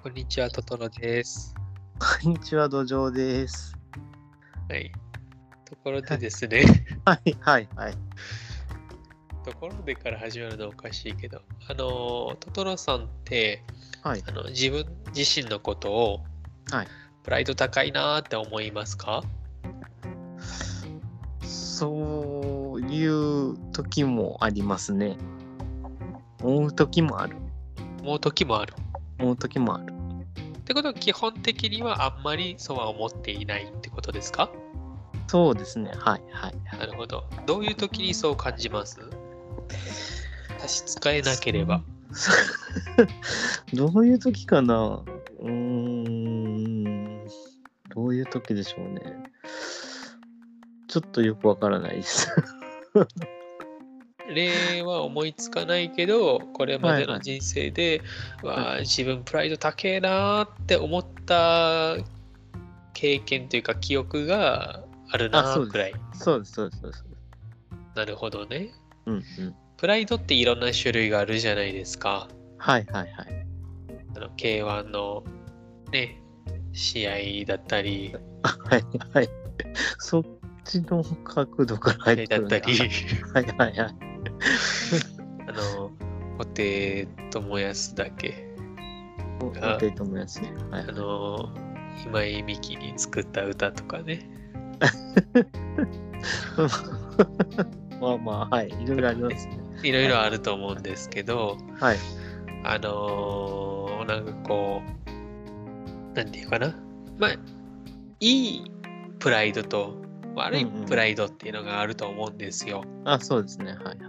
こんにちは、トトロです。 こんにちは、土壌です。 はい。ところでですね、 はい、はい、はい。 ところでから始まるのはおかしいけど、トトロさんって、 はい、 自分自身のことを、 はい。 プライド高いなーって思いますか？ そういう時もありますね。思う時もある。 思う時もある。 思う時もある。 ってことは、基本的にはあんまりそうは思っていないってことですか？ そうですね。はい、はい。 なるほど。どういう時にそう感じます？差し支えなければ。 どういう時かな。どういう時でしょうね。ちょっとよくわからないです。 例は思いつかないけど、これまはい、はい。 での人生で、 はい、 自分プライド高えなーって思った経験というか記憶があるあ、 なそうです。 ーくらい。 そうです、そうです、そうです。 なるほどね。 うん、うん。 プライドっていろんな種類があるじゃないですか。 はい、はい、はい。 K1 のね、試合だったり、 はい、はい。そっちの角度から入っ試合てくるんだ。 だったり、 はい、はい、はい。 布袋寅泰だっけが、 お手ともやすね。はい、はい。 今井美樹に作った歌とかね。 まあまあ、はい。いろいろありますね。 いろいろあると思うんですけど、 はい。 なんかこう、なんていうかな。まあ、いいプライドと悪いプライドっていうのがあると思うんですよ。 あ、そうですね。はい、はい。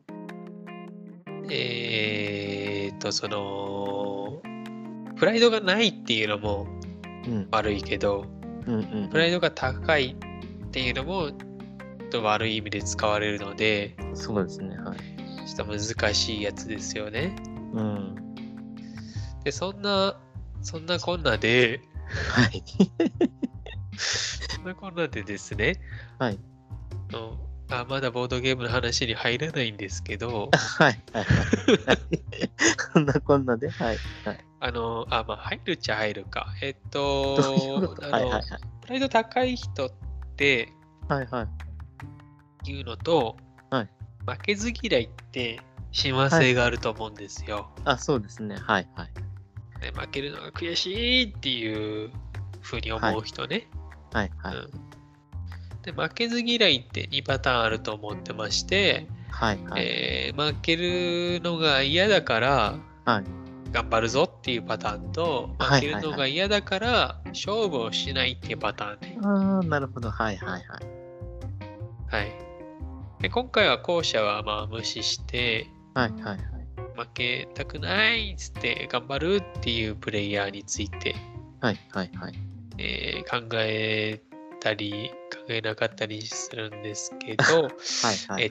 プライドがないっていうのもうん。 悪いけど、 うん、うん、 プライドが高いっていうのもちょっと悪い意味で使われるので、 そうですね。はい。 ちょっと難しいやつですよね。 うん。 で、そんなこんなで、 はい。 そんなこんなでですね、 はい。 まだボードゲームの話に入らないんですけど、 はい。はい。はい。こんなで、はい。はい。 入るっちゃ入るか。 どういうこと？はい、はい、はい。 プライド高い人ってはい、はい。 いうのと、 はい。 負けず嫌いって親和はい。 性があると思うんですよ。 あ、そうですね。はい、はい。 で負けるのが悔しいっていうふうにはい。 思う人ね。 はい、はい。 うん、で負けず嫌いって2パターンあると思ってまして、 はい、はい。 負けるのが嫌だからはい。 頑張るぞっていうパターンと、負はい、 けるはい、はい。 のが嫌だから勝負をしないっていうパターンね。 ああ、なるほど。はい、はい、はい。 はい。で今回は後者は無視して、 はい、はい、はい。 負けたくないっつって頑張るっていうプレイヤーについて、 はい、はい、はい。 考えたり考えなかったりするんですけど、 はい、はい。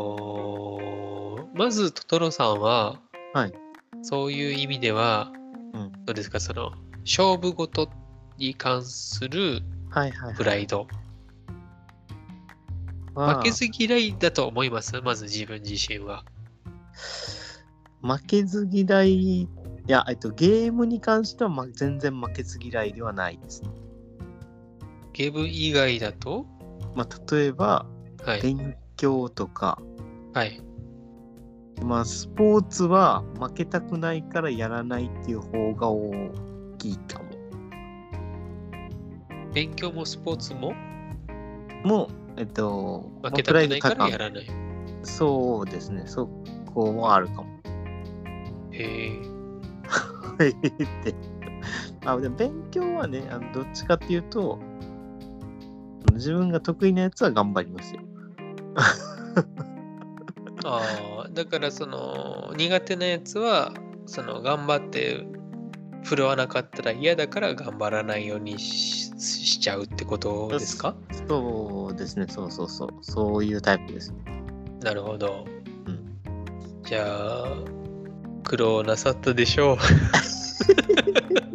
まずトトロさんははい。 そういう意味ではうん。 どうですか、その勝負事に関するはい、はい、はい。 プライド、負けは、 ず嫌いだと思います？まず自分自身は。 負けず嫌い、いや、ゲームに関しては、全然負けず嫌いではないですね。 ゲーム以外だと、 例えば、 はい。 勉強とか、 はい。 スポーツは負けたくないからやらないっていう方が大きいかも。 勉強もスポーツもも負けプライたくないからド高め。 やらない。 そうですね。そこもあるかも。 へえ。 ってでも勉強はね、どっちかっていうと、自分が得意なやつは頑張りますよ。 だからその苦手なやつはその頑張って振るわなかったら嫌だから頑張らないようにしちゃうってことですか？ そうですね。そうそうそう。そういうタイプですね。 なるほど。 うん。 じゃあ苦労なさったでしょう。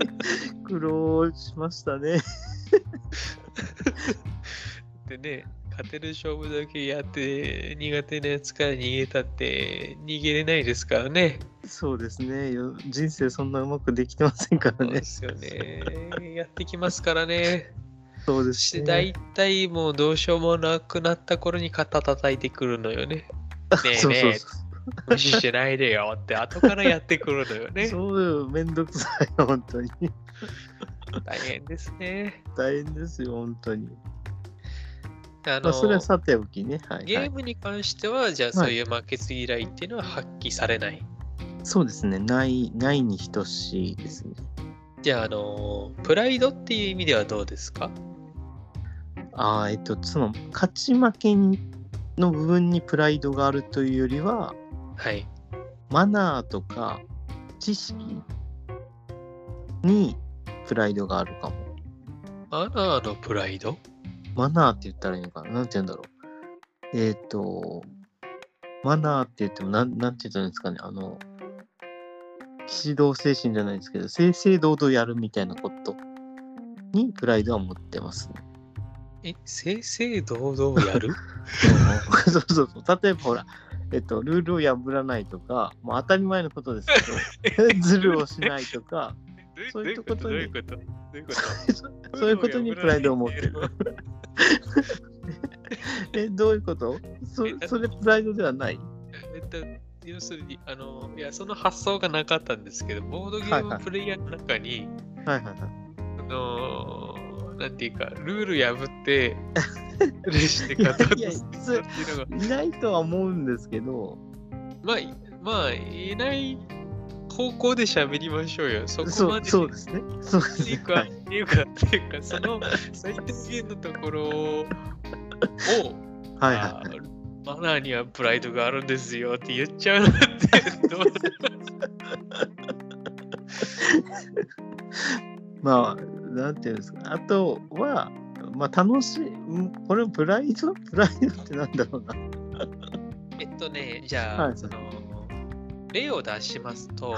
苦労しましたね。 でね、 勝てる勝負だけやって苦手なやつから逃げたって逃げれないですからね。 そうですね。人生そんなうまくできてませんからね。 そうですよね。やってきますからね。 そうでそしてすね。 大体もうどうしようもなくなった頃に肩叩いてくるのよね。ねえそうそうねえ、無視してないでよって後からやってくるのよね。 そういうめんどくさい、本当に。 大変ですね。 大変ですよ、本当に。 あまあ、それはの、 さておきね。はい、はい。 ゲームに関しては、じゃあそういう負けず嫌いっていうのは発揮されない。 そうですね。ないに等しいですね。 じゃあ、プライドっていう意味ではどうですか？ その勝ち負けの部分にプライドがあるというよりは、 はい。 マナーとか知識にプライドがあるかも。 マナーのプライド？ マナーって言ったらいいのかな、なんて言うんだろう。マナーって言ってもなんて言ったらいいんですかね。騎士道精神じゃないですけど、正々堂々やるみたいなことにプライドは持ってますね。 正々堂々やる？ そうそうそう。例えばほら、ルールを破らないとか、まあ当たり前のことですけど、ズルをしないとか、そういうことに、そういうことにプライドを持ってる。どういうことそれプライドではない？ 要するに、いや、その発想がなかったんですけど、ボードゲームプレイヤーの中に、なんていうか、ルール破って、プレイして勝とうとするっていうのが。 いないとは思うんですけど、 まあ、いない方向で喋りましょうよ。そこまで。 そうですね。そうですね。 っていうか、その最低限のところを、マナーにはプライドがあるんですよって言っちゃうなんてどうまあ、なんていうんですか。あとは、まあ楽しい。これプライドってなんだろうな。 じゃあ、例を出しますと、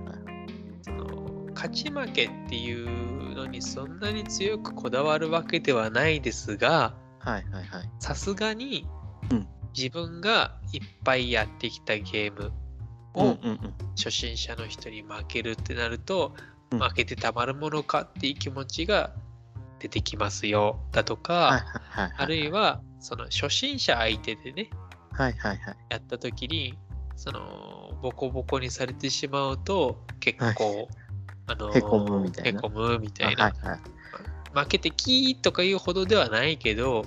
勝ち負けっていうのにそんなに強くこだわるわけではないですが、さすがに自分がいっぱいやってきたゲームを初心者の人に負けるってなると、負けてたまるものかっていう気持ちが出てきますよだとか、あるいはその初心者相手でね、やった時にボコボコにされてしまうと結構、 へこむみたいな。 負けてキーとかいうほどではないけど、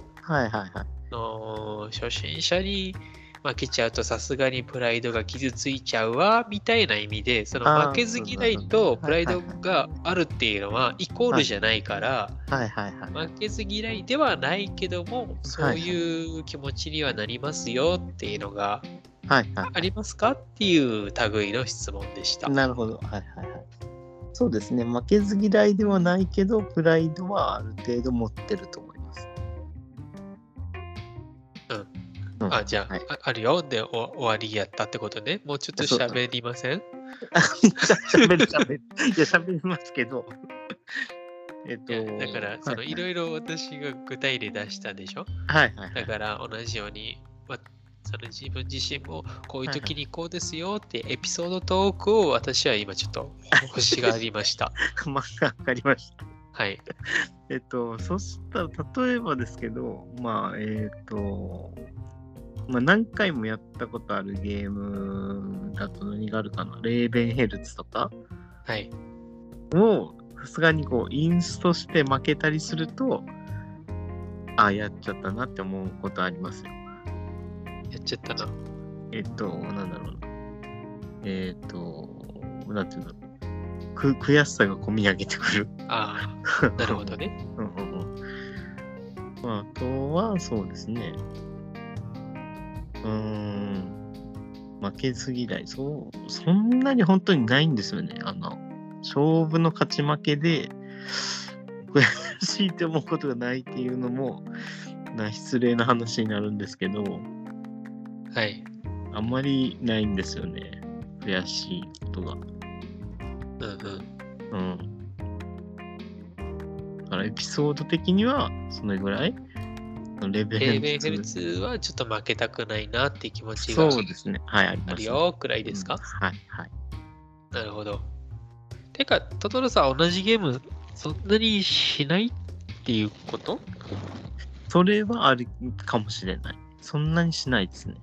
初心者に負けちゃうとさすがにプライドが傷ついちゃうわみたいな意味で、その負けず嫌いとプライドがあるっていうのはイコールじゃないから、負けず嫌いではないけども、そういう気持ちにはなりますよっていうのがありますかっていう類の質問でした。 なるほど。そうですね。負けず嫌いではないけど、プライドはある程度持ってると思います。 じゃあ、あるよで終わりやったってことね。もうちょっと喋りません？ 喋りますけど。 だから、いろいろ私が具体例出したでしょ？だから同じように、自分自身もこういう時にこうですよってエピソードトークを私は今ちょっと欲しがりました。 わかりました。 はい。 そしたら例えばですけど、何回もやったことあるゲームだと何があるかな、レーベンヘルツとかをさすがにインストして負けたりすると、やっちゃったなって思うことありますよ。 やっちゃったな。 なんだろうな。なんていうの、悔しさが込み上げてくる。 なるほどね。 あとは、そうですね。負けず嫌い。そんなに本当にないんですよね。勝負の勝ち負けで、悔しいって思うことがないっていうのも、失礼な話になるんですけど、あんまりないんですよね。悔しいことが。だからエピソード的にはそのぐらい、 そのレーベンヘルツはちょっと負けたくないなっていう気持ちがそうですね。はい、あります、 あるよくらいですか、 はいはい。 なるほど。てか、トトロさん同じゲームそんなにしないっていうこと？ それはあるかもしれない。そんなにしないですね。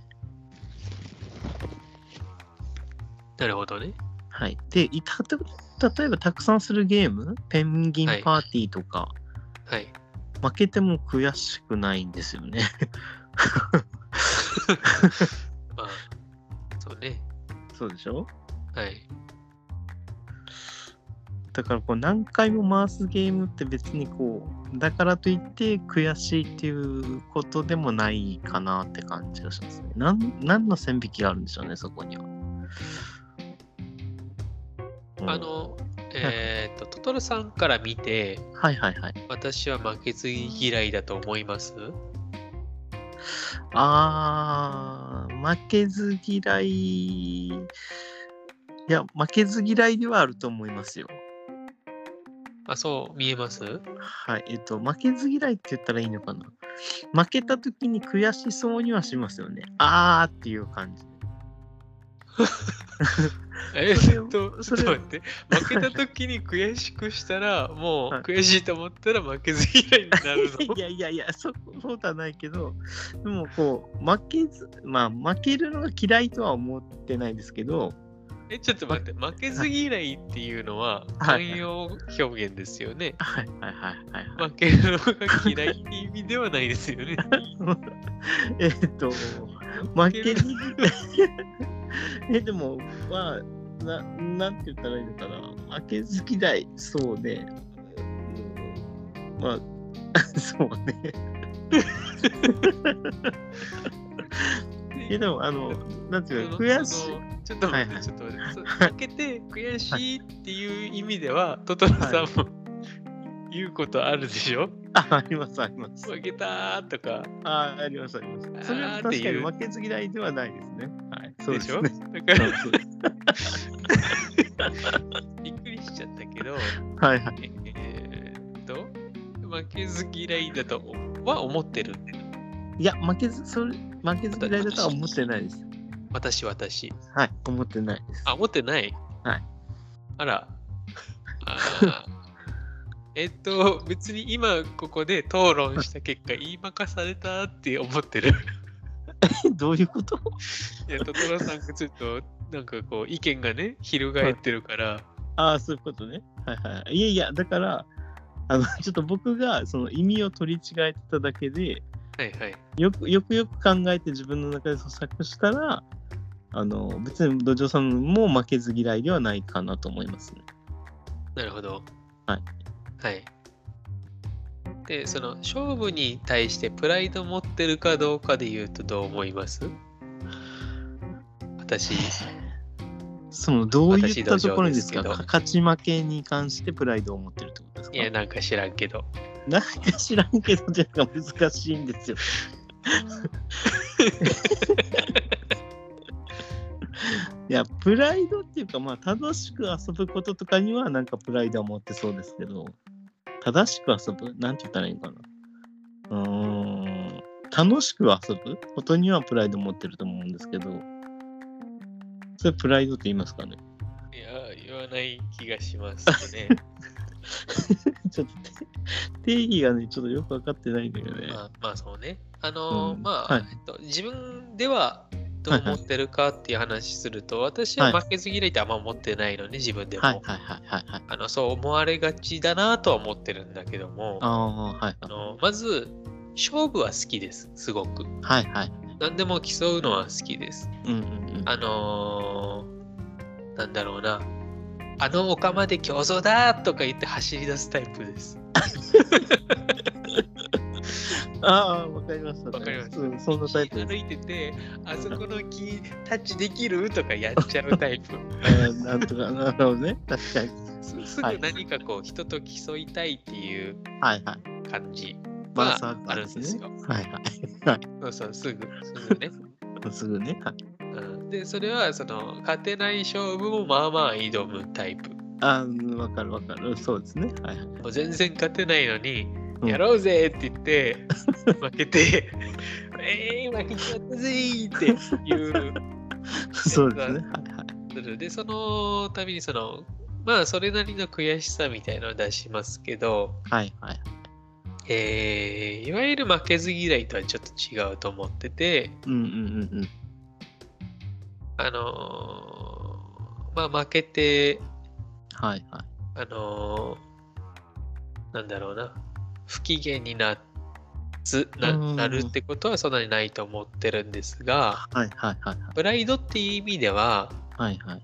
なるほどね。 はい。で、例えばたくさんするゲーム、ペンギンパーティーとか、 はい。 負けても悔しくないんですよね。 まあ、そうね。 そうでしょ？ はい。 だからこう何回も回すゲームって別にこうだからといって悔しいっていうことでもないかなって感じがしますね。何の線引きがあるんでしょうね、そこには。 トトロさんから見て、 はいはいはい。 私は負けず嫌いだと思います？ 負けず嫌い。いや、負けず嫌いではあると思いますよ。 そう見えます？ はい。負けず嫌いって言ったらいいのかな。負けた時に悔しそうにはしますよね。っていう感じ。 ちょっと待って。負けた時に悔しくしたら、もう悔しいと思ったら負けず嫌いになるの？ いや、そうではないけど、でもこう、負けるのが嫌いとは思ってないですけど、 ちょっと待って、負けず嫌いっていうのは慣用表現ですよね。 はい。 負けるのが嫌いって意味ではないですよね。 負けず嫌い。でも、なんて言ったらいいのかな。負けず嫌い、そうね。そうね。でも、なんていうか、悔しい。 ちょっと待って。負けて悔しいっていう意味では、トトロさんも言うことあるでしょ？ あります。 負けたーとか。 あります。それは確かに負けず嫌いではないですね。はい。そうですね。 だからびっくりしちゃったけど、負けず嫌いだとは思ってる。 いや、負けず嫌いだとは思ってないです。 私。 はい、思ってないです。 思ってない？ はい。 あら。別に今ここで討論した結果、言いまかされたって思ってる。 どういうこと？ いや、トトロさんがちょっと、なんかこう、意見がね、翻ってるから。 そういうことね。いや、だから、ちょっと僕がその意味を取り違えてただけで、よく考えて自分の中で咀嚼したら、別に土壌さんも負けず嫌いではないかなと思いますね。 なるほど。 はい。 で、その勝負に対してプライド持ってるかどうかで言うとどう思います？私。 どういったところにですか？勝ち負けに関してプライドを持ってるってことですか？ いや、なんか知らんけど。 なんか知らんけどじゃが難しいんですよ。いや、プライドっていうか、正しく遊ぶこととかにはなんかプライドは持ってそうですけど、正しく遊ぶ？なんて言ったらいいのかな。楽しく遊ぶことにはプライド持ってると思うんですけど、それプライドって言いますかね？ いや、言わない気がしますね。 ちょっと定義がね、ちょっとよく分かってないんだけどね。 そうね。自分ではどう思ってるかっていう話すると、私は負けず嫌いってあんま思ってないのね、自分でも。そう思われがちだなとは思ってるんだけども、まず、勝負は好きです、すごく。何でも競うのは好きです。なんだろうな。お釜で競争だとか言って走り出すタイプです。 わかりました、ね。 わかります。 そんなタイプ。 歩いてて、あそこの木タッチできるとかやっちゃうタイプ。 なんとか、なるほどね。確かに。 すぐ何かこう、人と競いたいっていう感じがあるんですよ。そう、すぐね。 すぐね。 で、それは勝てない勝負もまあまあ挑むタイプ。 わかる。そうですね。 もう全然勝てないのに、 やろうぜって言って、負けて、負けちゃったぜっていう。 そうですね。はいはい。で、そのたびにまあ、それなりの悔しさみたいなのを出しますけど、 はいはい。 いわゆる負けず嫌いとはちょっと違うと思ってて、まあ、負けて、 はいはい。 なんだろうな、不機嫌になるってことはそんなにないと思ってるんですが、 はいはいはい。 プライドっていう意味では、 はいはい。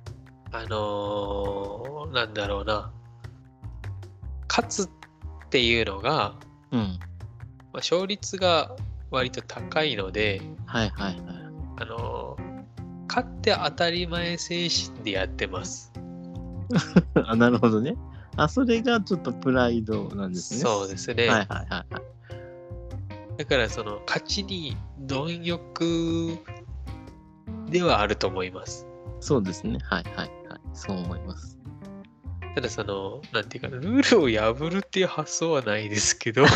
なんだろうな、勝つっていうのが、まあ、勝率が割と高いので、 はいはいはい。 勝って当たり前精神でやってます。 なるほどね。それがちょっとプライドなんですね。 そうですね。 はいはいはい。 だから勝ちに貪欲ではあると思います。 そうですね。はいはいはい。そう思います。 ただなんていうかな、ルールを破るっていう発想はないですけど。い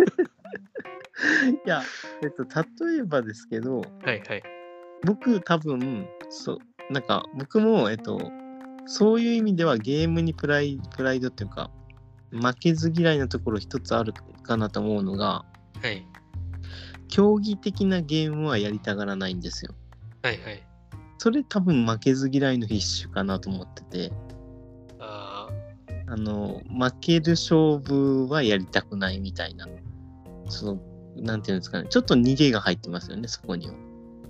や、例えばですけど、 はいはい。 僕多分、なんか僕も、そういう意味ではゲームにプライドっていうか、負けず嫌いなところ一つあるかなと思うのが、 はい。 競技的なゲームはやりたがらないんですよ。 はいはい。 それ多分負けず嫌いの一種かなと思ってて、負ける勝負はやりたくないみたいな、なんていうんですかね、ちょっと逃げが入ってますよね、そこには。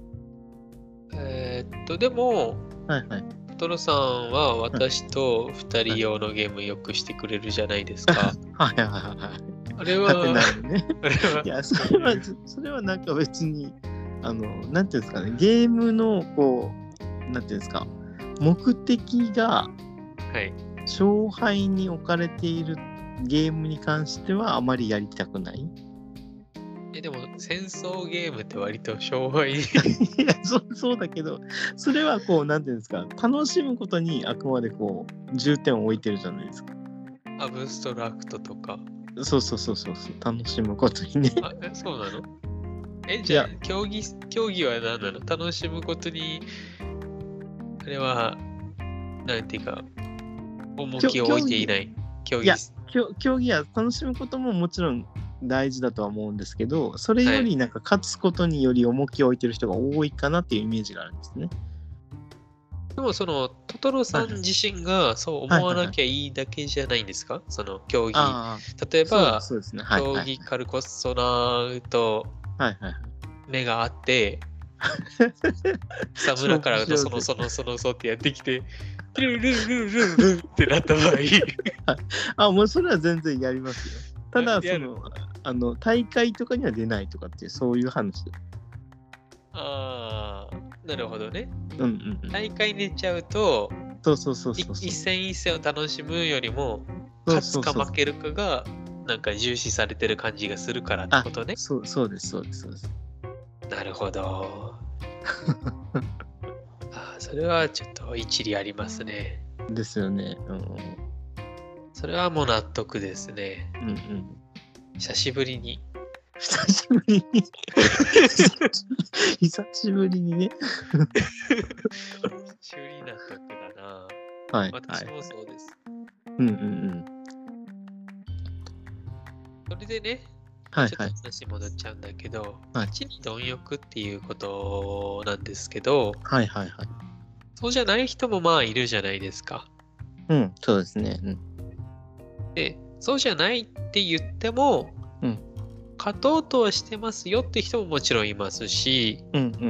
でも、 はいはい。 トロさんは私と2人用のゲームよくしてくれるじゃないですか。 はいはいはいはい。 あれは、 いや、それはなんか別に、なんていうんですかね、ゲームの、なんていうんですか、目的が、勝敗に置かれているゲームに関してはあまりやりたくない。 でも戦争ゲームって割と勝敗いやそうだけど、それはなんていうんですか、楽しむことにあくまで重点を置いてるじゃないですか。 アブストラクトとか。 そう、楽しむことにね。 そうなの？じゃあ競技は何なの？楽しむことに、あれは、なんていうか、重きを置いていない。競技は楽しむことももちろん大事だとは思うんですけど、それよりなんか勝つことにより重きを置いてる人が多いかなっていうイメージがあるんですね。 でもトトロさん自身がそう思わなきゃいいだけじゃないんですか？競技。例えば、競技カルコッソナと目があって、草むらからそのってやってきて、ルルルルルルってなった場合。もうそれは全然やりますよ。ただ、大会とかには出ないとかっていう、そういう話。 なるほどね。 うんうん。 大会に出ちゃうと、一戦一戦を楽しむよりも、勝つか負けるかが、なんか重視されてる感じがするからってことね。 そうです。 なるほど。それはちょっと一理ありますね。 ですよね。 それはもう納得ですね。久しぶりにね。 久しぶりに納得だな。 はい。 私もそうです。それでね、ちょっと話戻っちゃうんだけど、勝ちに貪欲っていうことなんですけど、そうじゃない人もまあいるじゃないですか。 そうですね。 で、そうじゃないって言っても、勝とうとはしてますよって人ももちろんいますし、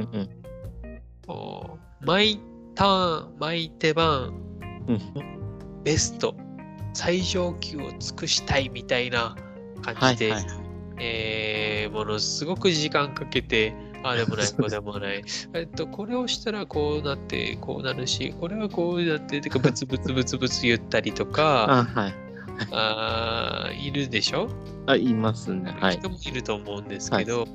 毎ターン、毎手番、ベスト、最上級を尽くしたいみたいな感じで、ものすごく時間かけて、でもない、こうでもない。これをしたらこうなって、こうなるし、これはこうなって、ブツブツ言ったりとか、いるでしょ？ いますね。 人もいると思うんですけど、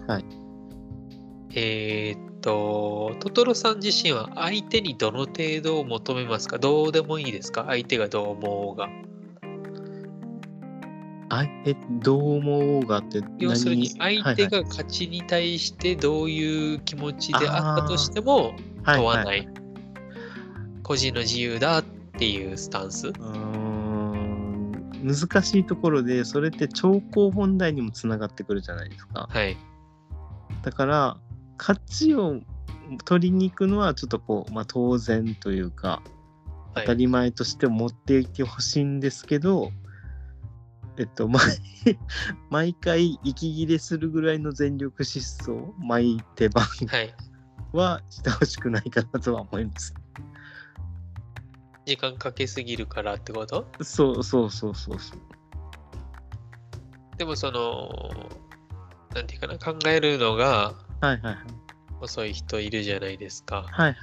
トトロさん自身は相手にどの程度を求めますか？どうでもいいですか？相手がどう思うが。 どう思うがって要するに相手が勝ちに対してどういう気持ちであったとしても問わない。個人の自由だっていうスタンス。 難しいところで、それって兆候問題にもつながってくるじゃないですか。 はい。 だから、勝ちを取りに行くのはちょっとこう、当然というか、当たり前として持っていてほしいんですけど、毎回息切れするぐらいの全力疾走、毎手番はしてほしくないかなとは思います。 時間かけすぎるからってこと？ そう。 でもなんていうかな、考えるのが遅い人いるじゃないですか。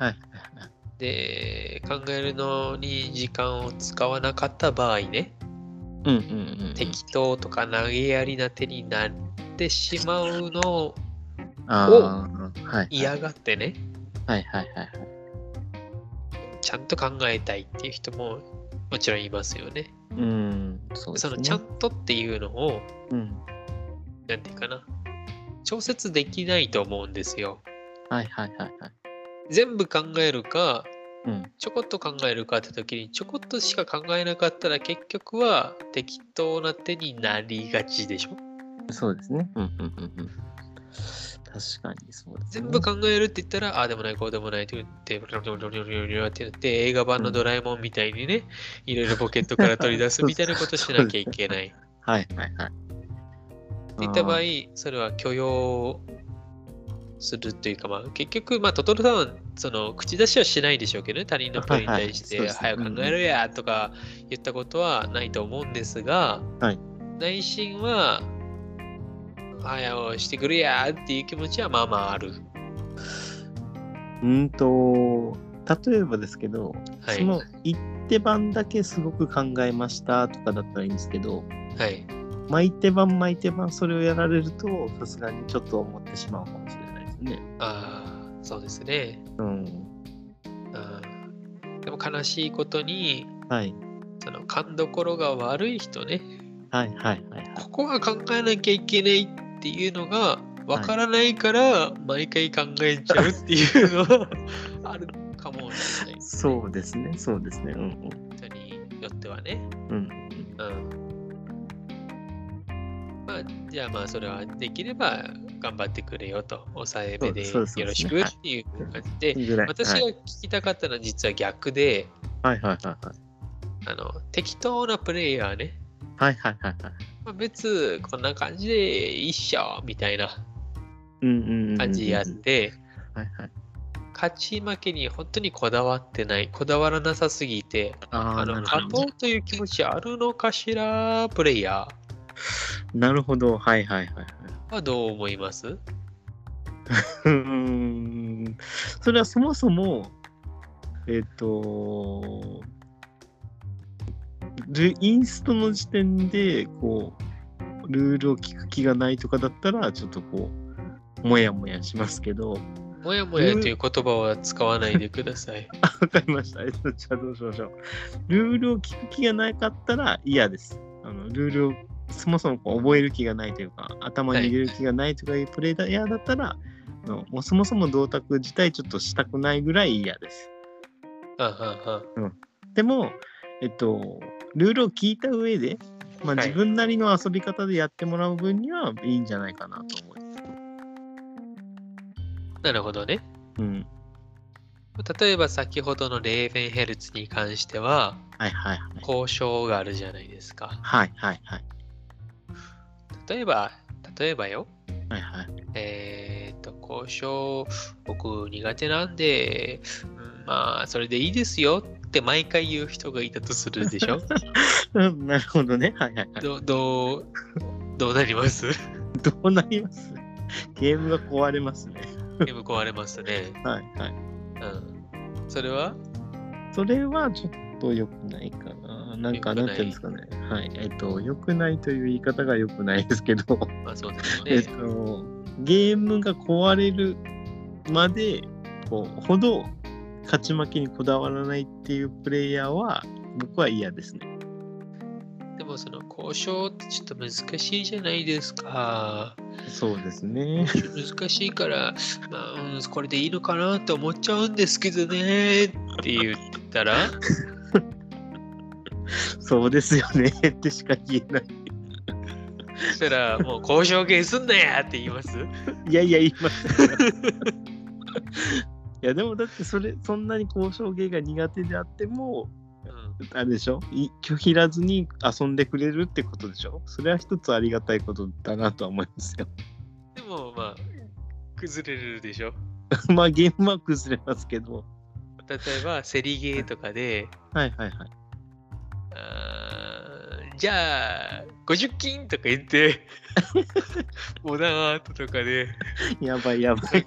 で、考えるのに時間を使わなかった場合ね、適当とか投げやりな手になってしまうのを嫌がってね、ちゃんと考えたいっていう人ももちろんいますよね。 そうですね。 そのちゃんとっていうのを、なんていうかな、調節できないと思うんですよ。全部考えるか、ちょこっと考えるかって時にちょこっとしか考えなかったら結局は適当な手になりがちでしょ。 そうですね。確かにそうですね。 全部考えるって言ったら、ああでもないこうでもないって言ってって言って映画版のドラえもんみたいにね、いろいろポケットから取り出すみたいなことしなきゃいけない。って言った場合、それは許容するというか、結局、トトロさんは口出しはしないでしょうけどね、他人のプレイに対して、早く考えろやとか言ったことはないと思うんですが、内心は、早くしてくれやっていう気持ちはある。 例えばですけど、その一手番だけすごく考えましたとかだったらいいんですけど、毎手番それをやられるとさすがにちょっと思ってしまうかもしれないですね。 そうですね。でも悲しいことに、その勘どころが悪い人ね、ここは考えなきゃいけないっていうのが分からないから毎回考えちゃうっていうのはあるかもしれない、 そうですね。人によってはね。じゃあそれはできれば頑張ってくれよと、抑えめでよろしくっていう感じで、私が聞きたかったのは実は逆で、適当なプレイヤーね、別こんな感じで一緒みたいな感じやって、勝ち負けに本当にこだわらなさすぎて、勝とうという気持ちあるのかしら、プレイヤー。 なるほど。はどう思います？ それはそもそも、インストの時点で、ルールを聞く気がないとかだったら、ちょっともやもやしますけど。 もやもやという言葉は使わないでください。 わかりました。じゃあどうしましょう。ルールを聞く気がなかったら嫌です。ルールをそもそも覚える気がないというか、頭に入れる気がないとかいうプレイヤーだったら、もうそもそも銅鐸自体ちょっとしたくないぐらい嫌です。でも、ルールを聞いた上で、自分なりの遊び方でやってもらう分にはいいんじゃないかなと思います。 なるほどね。例えば先ほどのレーベンヘルツに関しては、交渉があるじゃないですか。例えばよ。交渉僕苦手なんで、それでいいですよって毎回言う人がいたとするでしょ。 なるほどね。 どうなります？ どうなります？ゲームが壊れますね。 ゲーム壊れますね。それはちょっと良くないかな。なんていうんですかね。良くないという言い方が良くないですけど、 そうですね。 ゲームが壊れるまでほど勝ち負けにこだわらないっていうプレイヤーは僕は嫌ですね。 でももその交渉ってちょっと難しいじゃないですか。 そうですね。 難しいから、これでいいのかなって思っちゃうんですけどねって言ったらそうですよねってしか言えない。 そしたらもう交渉ゲーすんなやって言います？ いや言います。いやでもだってそんなに交渉芸が苦手であっても、あれでしょ、拒否らずに遊んでくれるってことでしょ。それは一つありがたいことだなとは思いますよ。 でも崩れるでしょ。 ゲームは崩れますけど、 例えばセリゲーとかでじゃあ50金とか言ってモダンアートとかでやばいなんか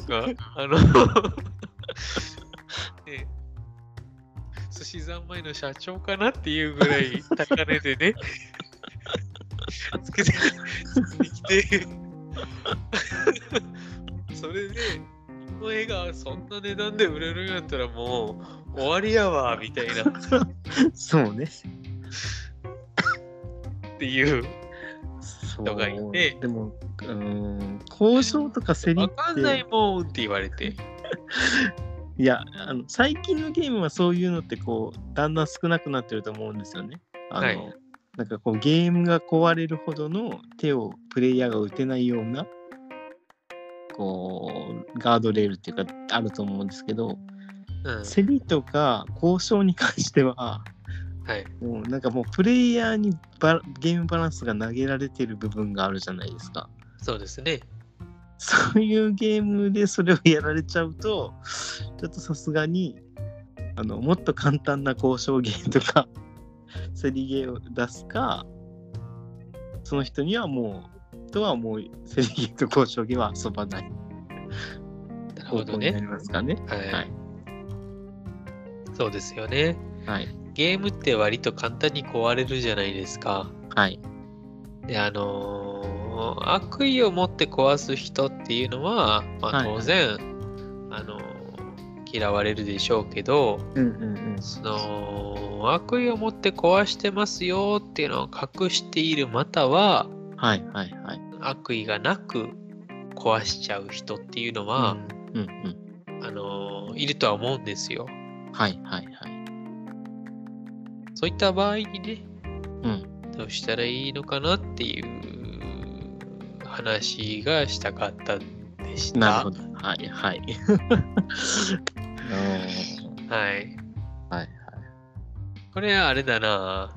寿司三昧の社長かなっていうぐらい高値でねつけてきてそれでこの絵がそんな値段で売れるんやったらもう終わりやわみたいなそうねっていう人がいて、 でも交渉とか競りってわかんないもんって言われていや最近のゲームはそういうのってこうだんだん少なくなってると思うんですよね。なんかこうゲームが壊れるほどの手をプレイヤーが打てないようなこうガードレールっていうかあると思うんですけど、競りとか交渉に関してはもうなんかもうプレイヤーにゲームバランスが投げられてる部分があるじゃないですか。 そうですね。 そういうゲームでそれをやられちゃうとちょっとさすがにもっと簡単な交渉ゲーとか競りゲーを出すか、その人にはもう競りゲーと交渉ゲーは遊ばない。 なるほどね。 なりますかね。 そうですよね。ゲームって割と簡単に壊れるじゃないですか。で悪意を持って壊す人っていうのは、当然、嫌われるでしょうけど、その悪意を持って壊してますよっていうのを隠している、または、悪意がなく壊しちゃう人っていうのは、いるとは思うんですよ。そういった場合にね、どうしたらいいのかなっていう話がしたかったんでした。 なるほど。 これはあれだな。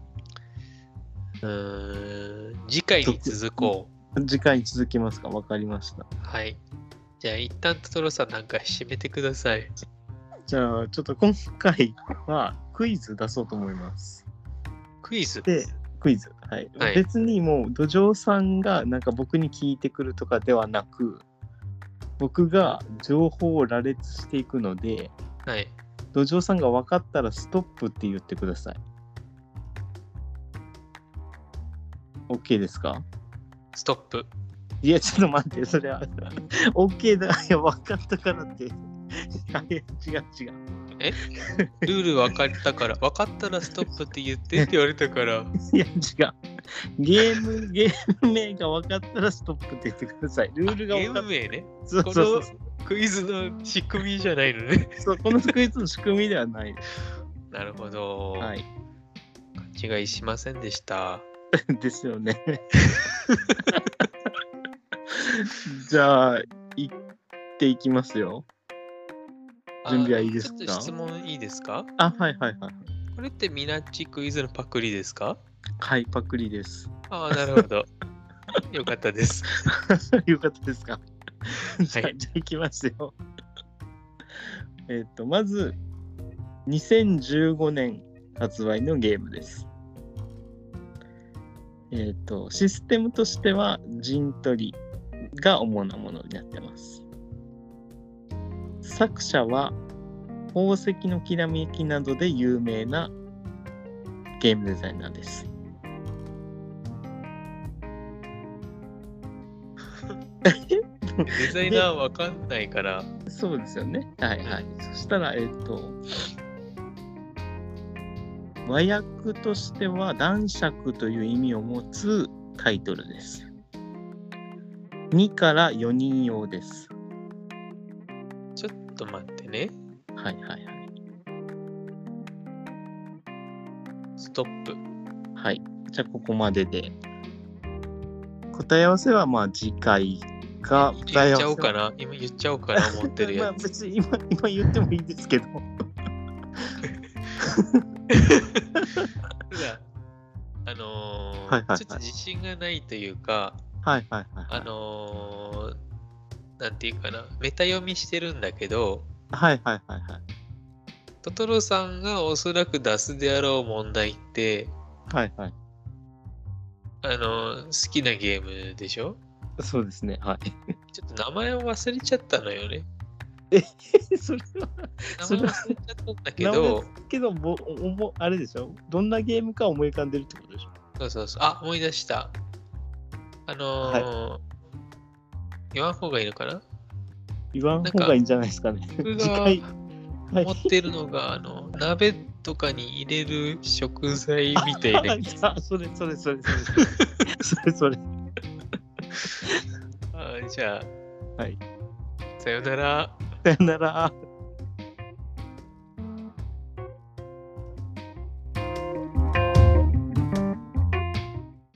次回に続こう。次回に続きますか。わかりました。 じゃあ一旦トトロさんなんか締めてください。 じゃあちょっと今回はクイズ出そうと思います。 クイズ？ 別にもう土壌さんがなんか僕に聞いてくるとかではなく、僕が情報を羅列していくので、土壌さんが分かったらストップって言ってください。OK ですか？ ストップ。 いやちょっと待って、それはOK だ。いや分かったからって。違う。 ルール分かったから、分かったらストップって言ってって言われたから。 いや違う。ゲーム名が分かったらストップって言ってください。ルールが分かった。 ゲーム名ね。このクイズの仕組みじゃないのね。 そう、このクイズの仕組みではないです。 なるほど。勘違いしませんでした。 ですよね。じゃあ、行っていきますよ。準備はいいですか？ ちょっと質問いいですか？ これってミナッチクイズのパクリですか？ パクリです。 なるほど。よかったです。 よかったですか？じゃあ行きますよ。まず、2015年発売のゲームです。システムとしては陣取りが主なものになってます。作者は宝石のきらめきなどで有名なゲームデザイナーです。 デザイナーわかんないから。 そうですよね。そしたら和訳としては男爵という意味を持つタイトルです。2から4人用です。 ちょっと待ってね。 はいはいはい。 ストップ。 はい。じゃあここまでで。答え合わせはまあ次回か。 言っちゃおうかな。今言っちゃおうかな思ってるやつ。 まあ別に今言ってもいいですけど。 ちょっと自信がないというか、 はいはいはい、はい。 なんていうかな、メタ読みしてるんだけど、 はいはいはいはい。 トトロさんがおそらく出すであろう問題って、 はいはい。 好きなゲームでしょ？ そうですね、はい。 ちょっと名前を忘れちゃったのよね。 それは、 名前忘れちゃったんだけど、 あれでしょ？どんなゲームか思い浮かんでるってことでしょ？ そう。あ、思い出した。言わん方がいいのかな？ 言わん方がいいんじゃないですかね。 僕が思ってるのが、鍋とかに入れる食材みたいな。 それ。それ。 じゃあ、 はい。 さよなら。 さよなら。